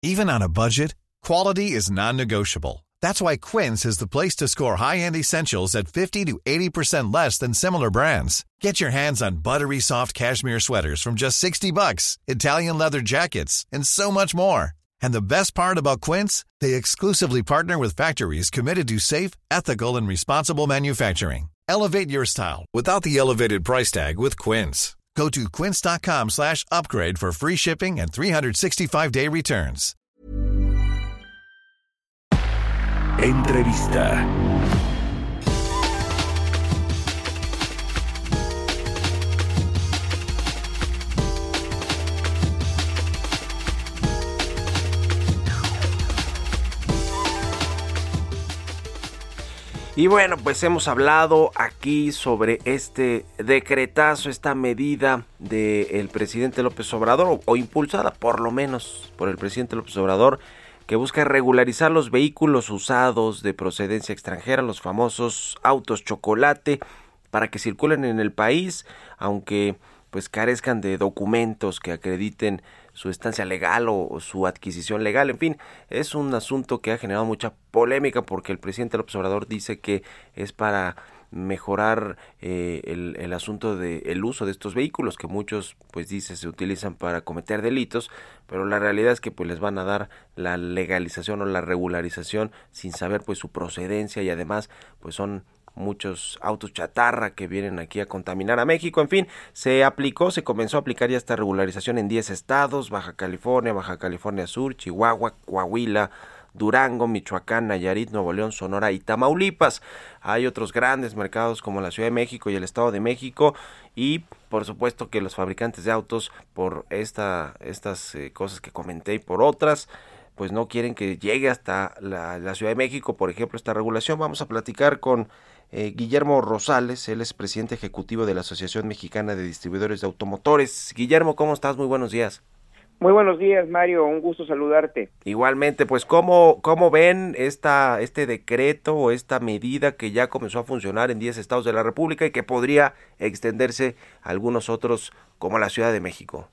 Even on a budget, quality is non-negotiable. That's why Quince is the place to score high-end essentials at 50 to 80% less than similar brands. Get your hands on buttery soft cashmere sweaters from just $60, Italian leather jackets, and so much more. And the best part about Quince, they exclusively partner with factories committed to safe, ethical, and responsible manufacturing. Elevate your style without the elevated price tag with Quince. Go to quince.com/upgrade for free shipping and 365-day returns. Entrevista. Y bueno, pues hemos hablado aquí sobre este decretazo, esta medida del presidente López Obrador, o impulsada por lo menos por el presidente López Obrador, que busca regularizar los vehículos usados de procedencia extranjera, los famosos autos chocolate, para que circulen en el país, aunque pues carezcan de documentos que acrediten su estancia legal o su adquisición legal. En fin, es un asunto que ha generado mucha polémica porque el presidente López Obrador dice que es para mejorar el asunto del uso de estos vehículos, que muchos pues dice se utilizan para cometer delitos, pero la realidad es que pues les van a dar la legalización o la regularización sin saber pues su procedencia, y además pues son muchos autos chatarra que vienen aquí a contaminar a México. En fin, se comenzó a aplicar ya esta regularización en 10 estados: Baja California Sur, Chihuahua, Coahuila, Durango, Michoacán, Nayarit, Nuevo León, Sonora y Tamaulipas. Hay otros grandes mercados como la Ciudad de México y el Estado de México, y por supuesto que los fabricantes de autos, por estas cosas que comenté y por otras, pues no quieren que llegue hasta la Ciudad de México, por ejemplo, esta regulación. Vamos a platicar con Guillermo Rosales. Él es presidente ejecutivo de la Asociación Mexicana de Distribuidores de Automotores. Guillermo, ¿cómo estás? Muy buenos días. Muy buenos días, Mario, un gusto saludarte. Igualmente, pues ¿cómo ven este decreto o esta medida que ya comenzó a funcionar en 10 estados de la República y que podría extenderse a algunos otros como la Ciudad de México?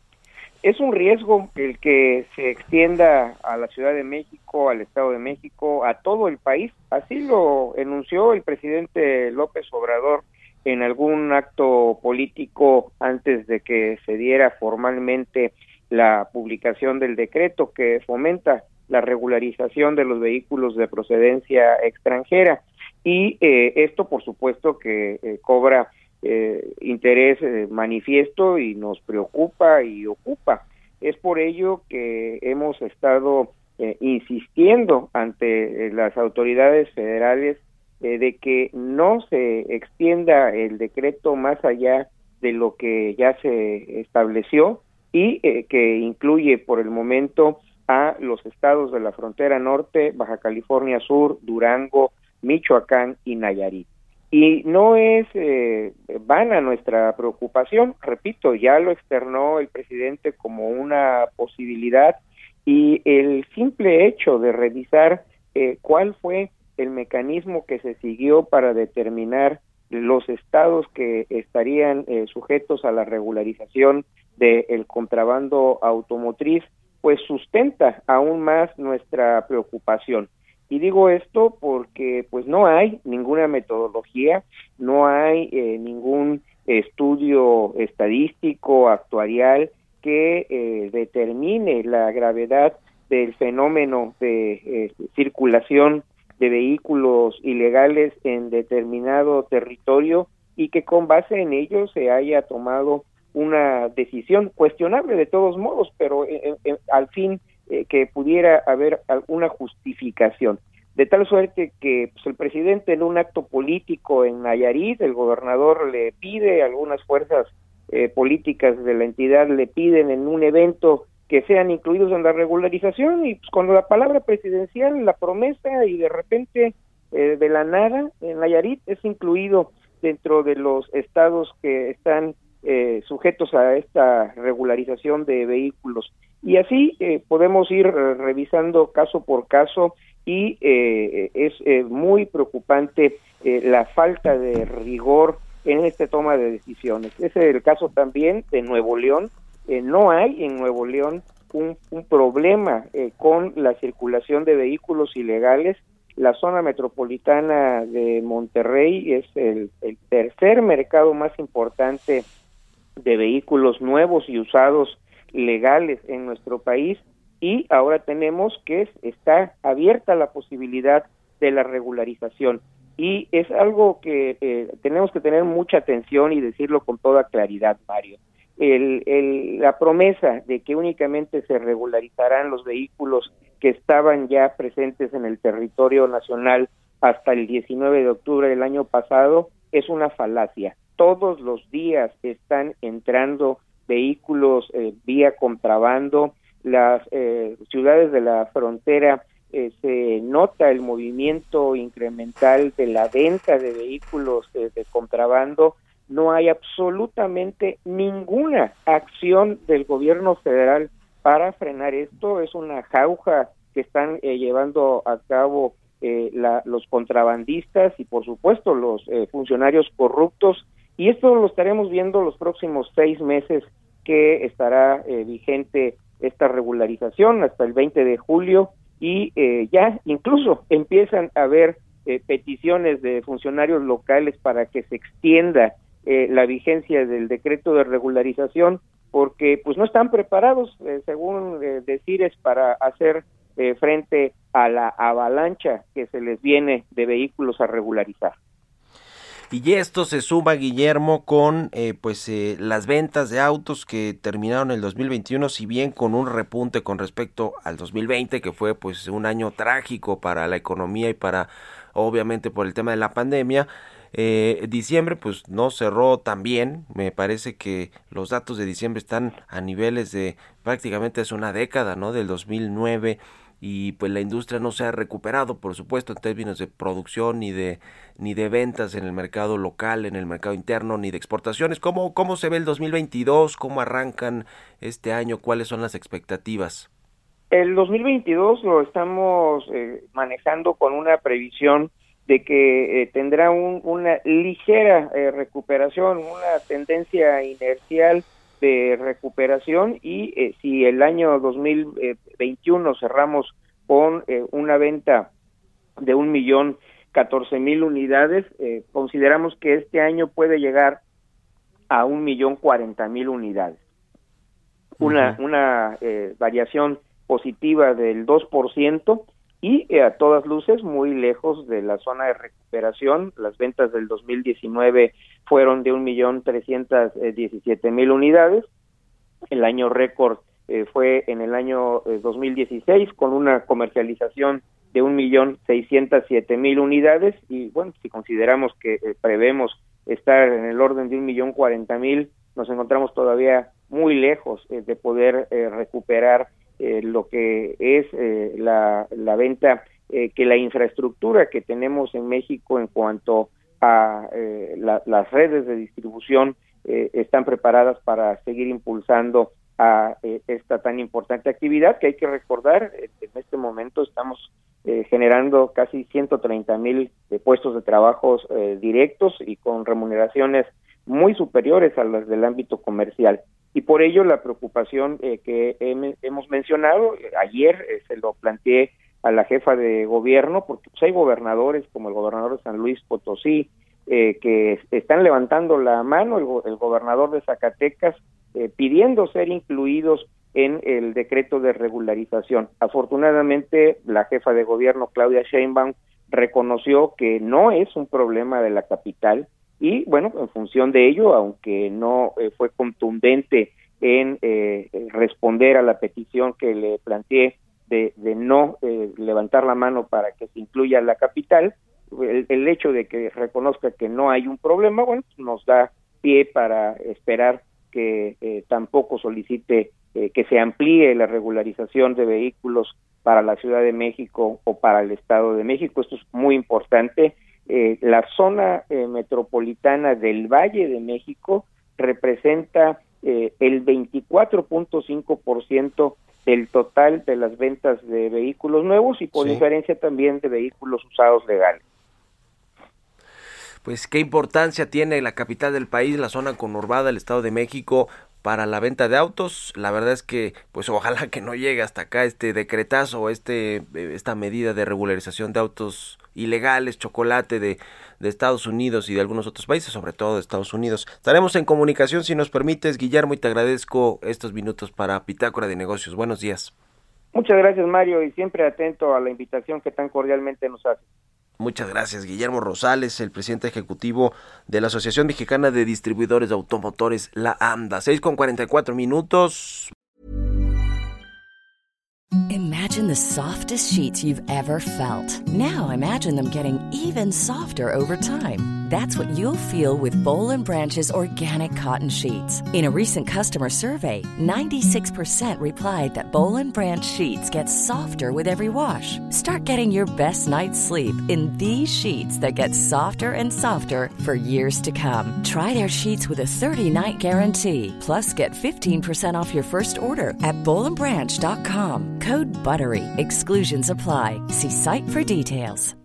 Es un riesgo el que se extienda a la Ciudad de México, al Estado de México, a todo el país. Así lo enunció el presidente López Obrador en algún acto político antes de que se diera formalmente la publicación del decreto que fomenta la regularización de los vehículos de procedencia extranjera. Y esto, por supuesto, que cobra interés manifiesto y nos preocupa y ocupa. Es por ello que hemos estado insistiendo ante las autoridades federales de que no se extienda el decreto más allá de lo que ya se estableció, y que incluye por el momento a los estados de la frontera norte, Baja California Sur, Durango, Michoacán y Nayarit. Y no es vana nuestra preocupación, repito, ya lo externó el presidente como una posibilidad, y el simple hecho de revisar cuál fue el mecanismo que se siguió para determinar los estados que estarían sujetos a la regularización del contrabando automotriz, pues sustenta aún más nuestra preocupación. Y digo esto porque pues no hay ninguna metodología, no hay ningún estudio estadístico, actuarial, que determine la gravedad del fenómeno de circulación de vehículos ilegales en determinado territorio, y que con base en ello se haya tomado una decisión cuestionable de todos modos, pero al fin que pudiera haber alguna justificación. De tal suerte que pues, el presidente en un acto político en Nayarit, el gobernador le pide, algunas fuerzas políticas de la entidad le piden en un evento que sean incluidos en la regularización, y pues con la palabra presidencial, la promesa, y de repente de la nada, en Nayarit es incluido dentro de los estados que están sujetos a esta regularización de vehículos. Y así podemos ir revisando caso por caso, y es muy preocupante la falta de rigor en esta toma de decisiones. Ese es el caso también de Nuevo León. No hay en Nuevo León un problema con la circulación de vehículos ilegales. La zona metropolitana de Monterrey es el tercer mercado más importante de vehículos nuevos y usados legales en nuestro país, y ahora tenemos que está abierta la posibilidad de la regularización, y es algo que tenemos que tener mucha atención y decirlo con toda claridad, Mario. La promesa de que únicamente se regularizarán los vehículos que estaban ya presentes en el territorio nacional hasta el 19 de octubre del año pasado es una falacia. Todos los días están entrando vehículos vía contrabando. Las ciudades de la frontera se nota el movimiento incremental de la venta de vehículos de contrabando. No hay absolutamente ninguna acción del gobierno federal para frenar esto. Es una jauja que están llevando a cabo los contrabandistas y, por supuesto, los funcionarios corruptos, y esto lo estaremos viendo los próximos 6 meses que estará vigente esta regularización hasta el 20 de julio, y ya incluso empiezan a haber peticiones de funcionarios locales para que se extienda la vigencia del decreto de regularización, porque pues no están preparados, según decires, para hacer frente a la avalancha que se les viene de vehículos a regularizar. Y esto se suma, Guillermo, con las ventas de autos que terminaron el 2021, si bien con un repunte con respecto al 2020, que fue pues un año trágico para la economía y para, obviamente, por el tema de la pandemia. Diciembre pues no cerró tan bien. Me parece que los datos de diciembre están a niveles de prácticamente hace una década, ¿no? Del 2009, y pues la industria no se ha recuperado, por supuesto, en términos de producción ni de ventas en el mercado local, en el mercado interno, ni de exportaciones. ¿Cómo se ve el 2022? ¿Cómo arrancan este año? ¿Cuáles son las expectativas? El 2022 lo estamos manejando con una previsión de que tendrá una ligera recuperación, una tendencia inercial de recuperación, y si el año 2021 cerramos con una venta de 1,014,000 unidades, consideramos que este año puede llegar a 1,040,000 unidades. Una variación positiva del 2%, y a todas luces muy lejos de la zona de recuperación. Las ventas del 2019 fueron de 1,317,000 unidades. El año récord fue en el año 2016, con una comercialización de 1,607,000 unidades, y bueno, si consideramos que prevemos estar en el orden de 1,040,000, nos encontramos todavía muy lejos de poder recuperar lo que es la venta, que la infraestructura que tenemos en México en cuanto a las redes de distribución están preparadas para seguir impulsando a esta tan importante actividad, que hay que recordar, en este momento estamos generando casi 130,000 puestos de trabajo directos y con remuneraciones muy superiores a las del ámbito comercial. Y por ello la preocupación que hemos mencionado, ayer se lo planteé a la jefa de gobierno, porque pues, hay gobernadores como el gobernador de San Luis Potosí que están levantando la mano, el gobernador de Zacatecas pidiendo ser incluidos en el decreto de regularización. Afortunadamente la jefa de gobierno, Claudia Sheinbaum, reconoció que no es un problema de la capital, y bueno, en función de ello, aunque no fue contundente en responder a la petición que le planteé de no levantar la mano para que se incluya la capital, el hecho de que reconozca que no hay un problema, bueno, nos da pie para esperar que tampoco solicite que se amplíe la regularización de vehículos para la Ciudad de México o para el Estado de México. Esto es muy importante. La zona metropolitana del Valle de México representa el 24.5% del total de las ventas de vehículos nuevos, y por diferencia también de vehículos usados legales. Pues qué importancia tiene la capital del país, la zona conurbada, el Estado de México, para la venta de autos. La verdad es que pues ojalá que no llegue hasta acá este decretazo, esta medida de regularización de autos ilegales, chocolate de Estados Unidos y de algunos otros países, sobre todo de Estados Unidos. Estaremos en comunicación si nos permites, Guillermo, y te agradezco estos minutos para Bitácora de Negocios. Buenos días. Muchas gracias, Mario, y siempre atento a la invitación que tan cordialmente nos hace. Muchas gracias. Guillermo Rosales, el presidente ejecutivo de la Asociación Mexicana de Distribuidores de Automotores, la AMDA. 6:44. Imagine the softest sheets you've ever felt. Now imagine them getting even softer over time. That's what you'll feel with Boll & Branch's organic cotton sheets. In a recent customer survey, 96% replied that Boll & Branch sheets get softer with every wash. Start getting your best night's sleep in these sheets that get softer and softer for years to come. Try their sheets with a 30-night guarantee. Plus, get 15% off your first order at bollandbranch.com. Code BUTTERY. Exclusions apply. See site for details.